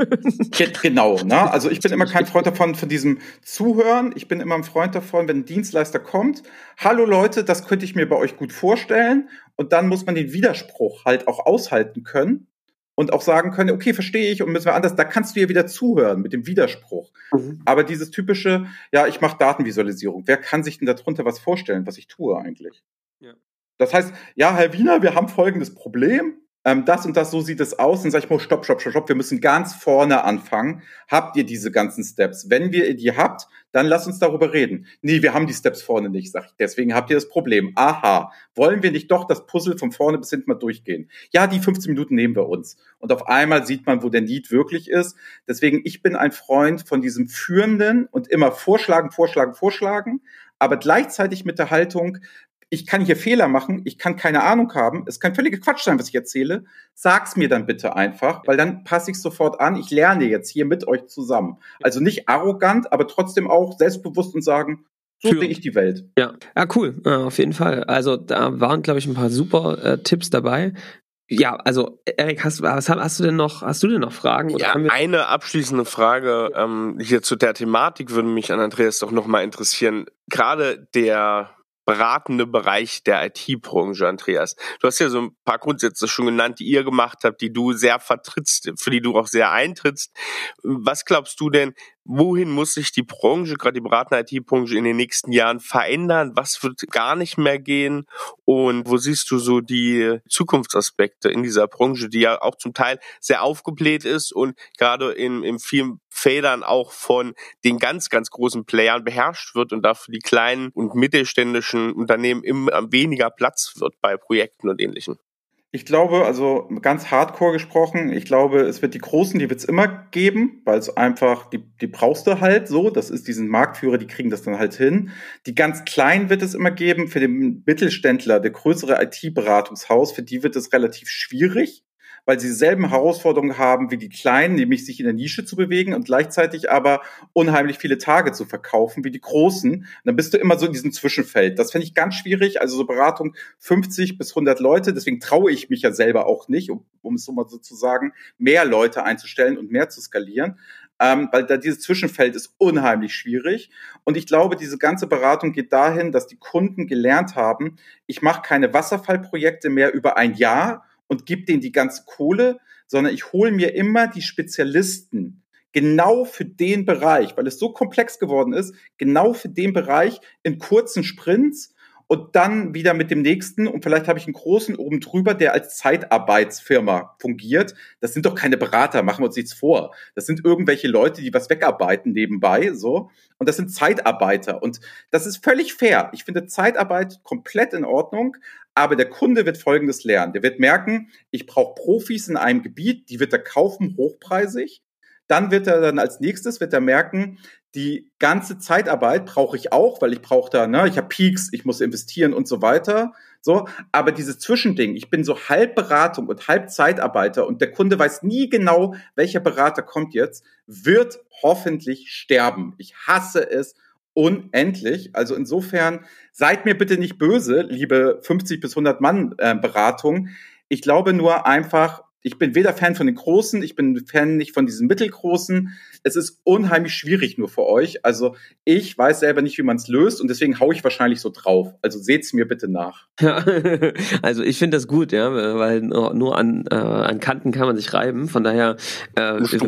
Genau, ne? Also ich bin immer kein Freund davon, von diesem Zuhören. Ich bin immer ein Freund davon, wenn ein Dienstleister kommt, hallo Leute, das könnte ich mir bei euch gut vorstellen. Und dann muss man den Widerspruch halt auch aushalten können und auch sagen können, okay, verstehe ich und müssen wir anders. Da kannst du ja wieder zuhören mit dem Widerspruch. Mhm. Aber dieses typische, ja, ich mache Datenvisualisierung. Wer kann sich denn darunter was vorstellen, was ich tue eigentlich? Ja. Das heißt, ja, Herr Wiener, wir haben folgendes Problem. Ähm, das und das, so sieht es aus. Dann sage ich mal, stopp, stopp, stopp, stopp. Wir müssen ganz vorne anfangen. Habt ihr diese ganzen Steps? Wenn wir die habt, dann lasst uns darüber reden. Nee, wir haben die Steps vorne nicht, sag ich. Deswegen habt ihr das Problem. Aha, wollen wir nicht doch das Puzzle von vorne bis hinten mal durchgehen? Ja, die fünfzehn Minuten nehmen wir uns. Und auf einmal sieht man, wo der Need wirklich ist. Deswegen, ich bin ein Freund von diesem Führenden und immer vorschlagen, vorschlagen, vorschlagen. Aber gleichzeitig mit der Haltung, ich kann hier Fehler machen, ich kann keine Ahnung haben, es kann völliger Quatsch sein, was ich erzähle, sag's mir dann bitte einfach, weil dann passe ich sofort an, ich lerne jetzt hier mit euch zusammen. Also nicht arrogant, aber trotzdem auch selbstbewusst und sagen, so sehe ich die Welt. Ja, ja, cool, ja, auf jeden Fall. Also da waren, glaube ich, ein paar super äh, Tipps dabei. Ja, also Erik, hast, was, hast du denn noch, hast du denn noch Fragen? Oder ja, eine abschließende Frage ähm, hier zu der Thematik würde mich an Andreas doch nochmal interessieren. Gerade der beratende Bereich der I T-Branche, Andreas. Du hast ja so ein paar Grundsätze schon genannt, die ihr gemacht habt, die du sehr vertrittst, für die du auch sehr eintrittst. Was glaubst du denn, wohin muss sich die Branche, gerade die beratende I T-Branche in den nächsten Jahren verändern? Was wird gar nicht mehr gehen? Und wo siehst du so die Zukunftsaspekte in dieser Branche, die ja auch zum Teil sehr aufgebläht ist und gerade in, in vielen Feldern auch von den ganz, ganz großen Playern beherrscht wird und dafür die kleinen und mittelständischen Unternehmen immer weniger Platz wird bei Projekten und Ähnlichem? Ich glaube, also ganz hardcore gesprochen, ich glaube, es wird die Großen, die wird es immer geben, weil es einfach, die, die brauchst du halt so, das ist diesen Marktführer, die kriegen das dann halt hin. Die ganz Kleinen wird es immer geben, für den Mittelständler, der größere I T-Beratungshaus, für die wird es relativ schwierig, weil sie dieselben Herausforderungen haben wie die Kleinen, nämlich sich in der Nische zu bewegen und gleichzeitig aber unheimlich viele Tage zu verkaufen wie die Großen. Und dann bist du immer so in diesem Zwischenfeld. Das finde ich ganz schwierig. Also so Beratung fünfzig bis hundert Leute. Deswegen traue ich mich ja selber auch nicht, um, um es so mal so zu sagen, mehr Leute einzustellen und mehr zu skalieren. Ähm, weil da dieses Zwischenfeld ist unheimlich schwierig. Und ich glaube, diese ganze Beratung geht dahin, dass die Kunden gelernt haben, ich mache keine Wasserfallprojekte mehr über ein Jahr und gib denen die ganze Kohle, sondern ich hole mir immer die Spezialisten genau für den Bereich, weil es so komplex geworden ist, genau für den Bereich in kurzen Sprints und dann wieder mit dem nächsten und vielleicht habe ich einen großen oben drüber, der als Zeitarbeitsfirma fungiert. Das sind doch keine Berater, machen wir uns nichts vor. Das sind irgendwelche Leute, die was wegarbeiten nebenbei, so. Und das sind Zeitarbeiter und das ist völlig fair. Ich finde Zeitarbeit komplett in Ordnung. Aber der Kunde wird Folgendes lernen. Der wird merken, ich brauche Profis in einem Gebiet, die wird er kaufen, hochpreisig. Dann wird er dann als nächstes, wird er merken, die ganze Zeitarbeit brauche ich auch, weil ich brauche da, ne, ich habe Peaks, ich muss investieren und so weiter. So, aber dieses Zwischending, ich bin so halb Beratung und halb Zeitarbeiter und der Kunde weiß nie genau, welcher Berater kommt jetzt, wird hoffentlich sterben. Ich hasse es unendlich. Also insofern, seid mir bitte nicht böse, liebe fünfzig bis hundert Mann äh, Beratung. Ich glaube nur einfach, ich bin weder Fan von den Großen, ich bin Fan nicht von diesen Mittelgroßen. Es ist unheimlich schwierig nur für euch. Also ich weiß selber nicht, wie man es löst und deswegen hau ich wahrscheinlich so drauf. Also seht's mir bitte nach. Ja, also ich finde das gut, ja, weil nur an, äh, an Kanten kann man sich reiben. Von daher äh, stoßen.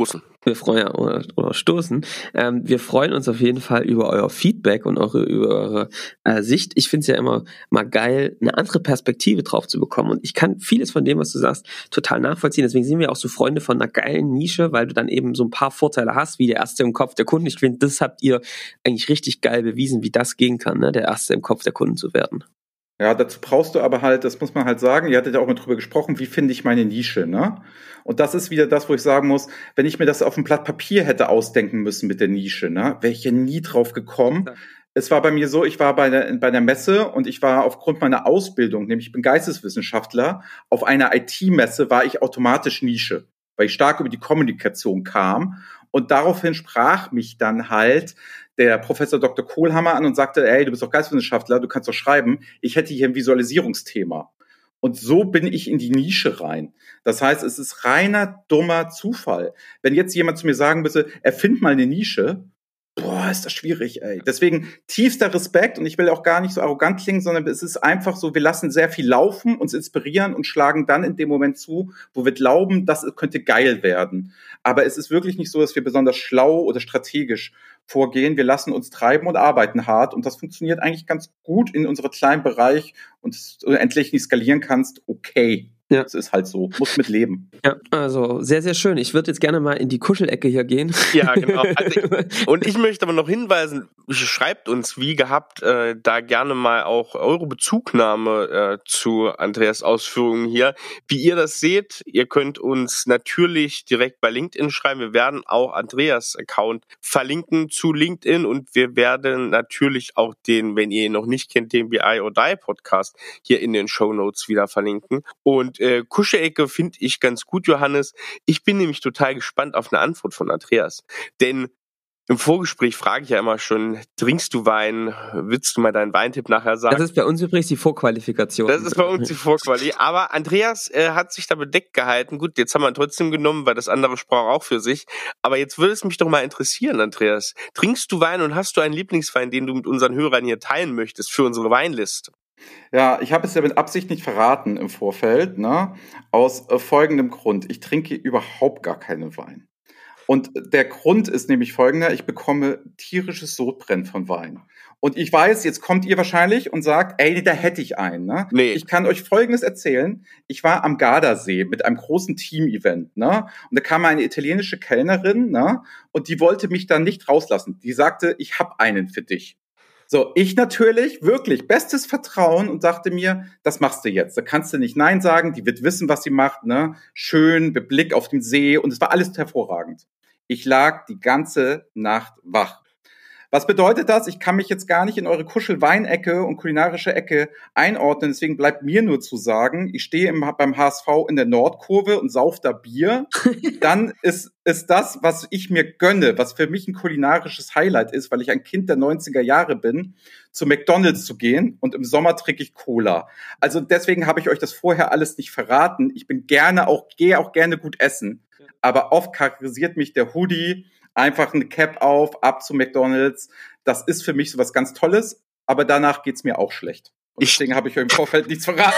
Wir freuen oder, oder stoßen. Ähm, wir freuen uns auf jeden Fall über euer Feedback und eure, über eure äh, Sicht. Ich finde es ja immer mal geil, eine andere Perspektive drauf zu bekommen. Und ich kann vieles von dem, was du sagst, total nachvollziehen. Deswegen sind wir auch so Freunde von einer geilen Nische, weil du dann eben so ein paar Vorteile hast, wie der Erste im Kopf der Kunden. Ich finde, das habt ihr eigentlich richtig geil bewiesen, wie das gehen kann, ne? Der Erste im Kopf der Kunden zu werden. Ja, dazu brauchst du aber halt, das muss man halt sagen, ihr hattet ja auch mal drüber gesprochen, wie finde ich meine Nische, ne? Und das ist wieder das, wo ich sagen muss, wenn ich mir das auf ein Blatt Papier hätte ausdenken müssen mit der Nische, ne, wäre ich ja nie drauf gekommen. Ja. Es war bei mir so, ich war bei der, bei der Messe und ich war aufgrund meiner Ausbildung, nämlich ich bin Geisteswissenschaftler, auf einer I T-Messe war ich automatisch Nische, weil ich stark über die Kommunikation kam. Und daraufhin sprach mich dann halt der Professor Doktor Kohlhammer an und sagte, ey, du bist doch Geisteswissenschaftler, du kannst doch schreiben, ich hätte hier ein Visualisierungsthema. Und so bin ich in die Nische rein. Das heißt, es ist reiner, dummer Zufall. Wenn jetzt jemand zu mir sagen müsste, erfind mal eine Nische, boah, ist das schwierig, ey. Deswegen tiefster Respekt und ich will auch gar nicht so arrogant klingen, sondern es ist einfach so, wir lassen sehr viel laufen, uns inspirieren und schlagen dann in dem Moment zu, wo wir glauben, das könnte geil werden. Aber es ist wirklich nicht so, dass wir besonders schlau oder strategisch vorgehen. Wir lassen uns treiben und arbeiten hart und das funktioniert eigentlich ganz gut in unserem kleinen Bereich und du endlich nicht skalieren kannst, okay. Ja. Das ist halt so, muss mit leben. Ja, also sehr, sehr schön. Ich würde jetzt gerne mal in die Kuschelecke hier gehen. Ja, genau. Also ich, und ich möchte aber noch hinweisen, schreibt uns wie gehabt äh, da gerne mal auch eure Bezugnahme äh, zu Andreas Ausführungen hier. Wie ihr das seht, ihr könnt uns natürlich direkt bei LinkedIn schreiben. Wir werden auch Andreas Account verlinken zu LinkedIn und wir werden natürlich auch den, wenn ihr ihn noch nicht kennt, den B I or Die Podcast hier in den Shownotes wieder verlinken. Und äh, Kuschelecke finde ich ganz gut, Johannes. Ich bin nämlich total gespannt auf eine Antwort von Andreas. Denn im Vorgespräch frage ich ja immer schon, trinkst du Wein? Willst du mal deinen Weintipp nachher sagen? Das ist bei uns übrigens die Vorqualifikation. Das ist bei uns die Vorquali. Aber Andreas äh, hat sich da bedeckt gehalten. Gut, jetzt haben wir ihn trotzdem genommen, weil das andere sprach auch für sich. Aber jetzt würde es mich doch mal interessieren, Andreas. Trinkst du Wein und hast du einen Lieblingswein, den du mit unseren Hörern hier teilen möchtest für unsere Weinliste? Ja, ich habe es ja mit Absicht nicht verraten im Vorfeld, ne? Aus äh, folgendem Grund. Ich trinke überhaupt gar keinen Wein. Und der Grund ist nämlich folgender, ich bekomme tierisches Sodbrennen von Wein. Und ich weiß, jetzt kommt ihr wahrscheinlich und sagt, ey, da hätte ich einen. Ne? Nee. Ich kann euch Folgendes erzählen. Ich war am Gardasee mit einem großen Team-Event. Ne? Und da kam eine italienische Kellnerin, ne? Und die wollte mich dann nicht rauslassen. Die sagte, ich habe einen für dich. So, ich natürlich, wirklich, bestes Vertrauen und dachte mir, das machst du jetzt. Da kannst du nicht Nein sagen, die wird wissen, was sie macht, ne? Schön, mit Blick auf den See und es war alles hervorragend. Ich lag die ganze Nacht wach. Was bedeutet das? Ich kann mich jetzt gar nicht in eure Kuschelweinecke und kulinarische Ecke einordnen, deswegen bleibt mir nur zu sagen, ich stehe im, beim H S V in der Nordkurve und sauf da Bier. Dann ist, ist das, was ich mir gönne, was für mich ein kulinarisches Highlight ist, weil ich ein Kind der neunziger Jahre bin, zu McDonald's zu gehen und im Sommer trinke ich Cola. Also deswegen habe ich euch das vorher alles nicht verraten. Ich bin gerne auch, gehe auch gerne gut essen, aber oft charakterisiert mich der Hoodie, einfach eine Cap auf, ab zu McDonald's. Das ist für mich so was ganz Tolles, aber danach geht's mir auch schlecht. Und deswegen habe ich euch im Vorfeld nichts verraten.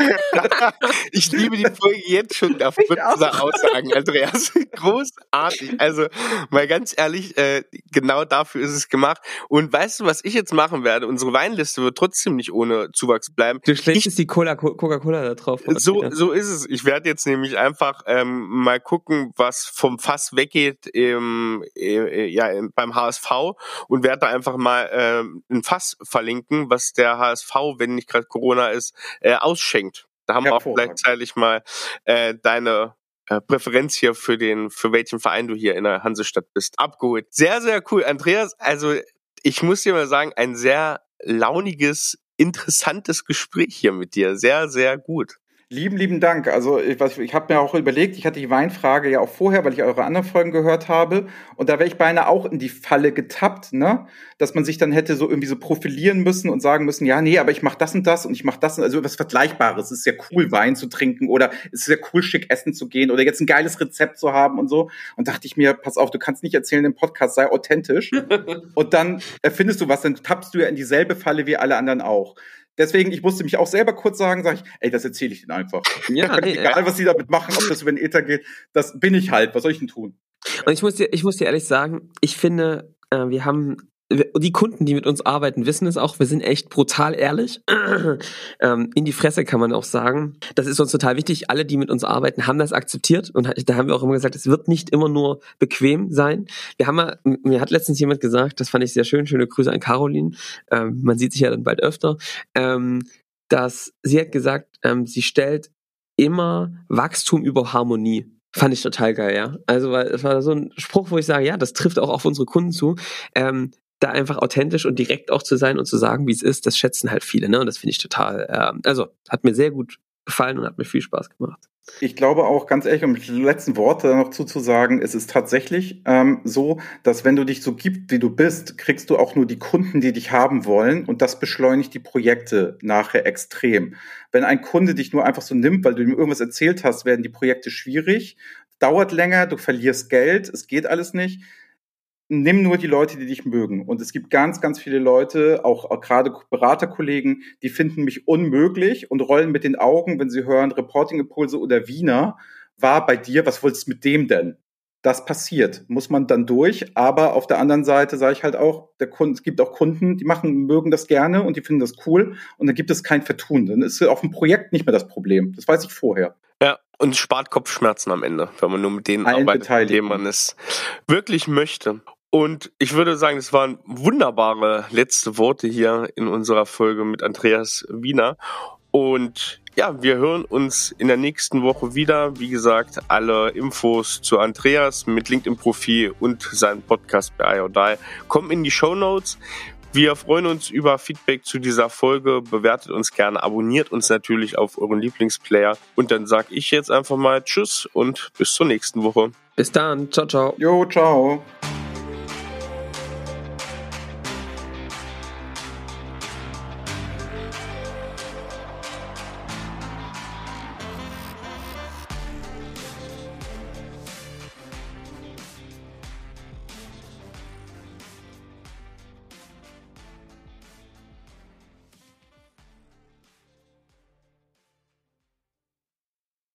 Ich liebe die Folge jetzt schon aufgrund dieser Aussagen, Andreas. Großartig. Also mal ganz ehrlich, äh, genau dafür ist es gemacht. Und weißt du, was ich jetzt machen werde? Unsere Weinliste wird trotzdem nicht ohne Zuwachs bleiben. Du schlägst jetzt die Cola, Coca-Cola da drauf. So, so ist es. Ich werde jetzt nämlich einfach ähm, mal gucken, was vom Fass weggeht im, äh, ja, im, beim H S V und werde da einfach mal ähm, ein Fass verlinken, was der H S V, wenn nicht gerade Corona ist, äh, ausschenkt. Da haben wir auch gleichzeitig mal äh, deine äh, Präferenz hier für den, für welchen Verein du hier in der Hansestadt bist, abgeholt. Sehr, sehr cool. Andreas, also ich muss dir mal sagen, ein sehr launiges, interessantes Gespräch hier mit dir. Sehr, sehr gut. Lieben, lieben Dank. Also ich, ich habe mir auch überlegt, ich hatte die Weinfrage ja auch vorher, weil ich eure anderen Folgen gehört habe. Und da wäre ich beinahe auch in die Falle getappt, ne? Dass man sich dann hätte so irgendwie so profilieren müssen und sagen müssen, ja, nee, aber ich mache das und das und ich mache das und also was Vergleichbares. Es ist ja cool, Wein zu trinken oder es ist ja cool, schick essen zu gehen oder jetzt ein geiles Rezept zu haben und so. Und dachte ich mir, pass auf, du kannst nicht erzählen im Podcast, sei authentisch. Und dann erfindest du was, dann tappst du ja in dieselbe Falle wie alle anderen auch. Deswegen, ich musste mich auch selber kurz sagen, sage ich, ey, das erzähle ich denen einfach. Ja, ey, egal, was sie damit machen, ob das über den Äther geht, das bin ich halt, was soll ich denn tun? Und ich muss dir, ich muss dir ehrlich sagen, ich finde, äh, wir haben die Kunden, die mit uns arbeiten, wissen es auch. Wir sind echt brutal ehrlich. ähm, in die Fresse kann man auch sagen. Das ist uns total wichtig. Alle, die mit uns arbeiten, haben das akzeptiert. Und da haben wir auch immer gesagt, es wird nicht immer nur bequem sein. Wir haben mal, mir hat letztens jemand gesagt, das fand ich sehr schön, schöne Grüße an Caroline. Ähm, man sieht sich ja dann bald öfter. Ähm, dass sie hat gesagt, ähm, sie stellt immer Wachstum über Harmonie. Fand ich total geil, ja. Also, weil es war so ein Spruch, wo ich sage, ja, das trifft auch auf unsere Kunden zu. Ähm, da einfach authentisch und direkt auch zu sein und zu sagen, wie es ist, das schätzen halt viele, ne? Und das finde ich total, ähm, also hat mir sehr gut gefallen und hat mir viel Spaß gemacht. Ich glaube auch, ganz ehrlich, um die letzten Worte noch zuzusagen, es ist tatsächlich ähm, so, dass wenn du dich so gibst, wie du bist, kriegst du auch nur die Kunden, die dich haben wollen, und das beschleunigt die Projekte nachher extrem. Wenn ein Kunde dich nur einfach so nimmt, weil du ihm irgendwas erzählt hast, werden die Projekte schwierig, dauert länger, du verlierst Geld, es geht alles nicht. Nimm nur die Leute, die dich mögen. Und es gibt ganz, ganz viele Leute, auch, auch gerade Beraterkollegen, die finden mich unmöglich und rollen mit den Augen, wenn sie hören Reporting-Impulse oder Wiener. War bei dir, was wolltest du mit dem denn? Das passiert, muss man dann durch. Aber auf der anderen Seite sage ich halt auch, der Kunde, es gibt auch Kunden, die machen, mögen das gerne und die finden das cool. Und dann gibt es kein Vertun. Dann ist auf dem Projekt nicht mehr das Problem. Das weiß ich vorher. Ja, und es spart Kopfschmerzen am Ende, wenn man nur mit denen Allen arbeitet, mit denen man es wirklich möchte. Und ich würde sagen, es waren wunderbare letzte Worte hier in unserer Folge mit Andreas Wiener. Und ja, wir hören uns in der nächsten Woche wieder. Wie gesagt, alle Infos zu Andreas mit LinkedIn-Profil und seinem Podcast bei I O Die kommen in die Shownotes. Wir freuen uns über Feedback zu dieser Folge. Bewertet uns gerne, abonniert uns natürlich auf euren Lieblingsplayer. Und dann sage ich jetzt einfach mal Tschüss und bis zur nächsten Woche. Bis dann. Ciao, ciao. Jo, ciao.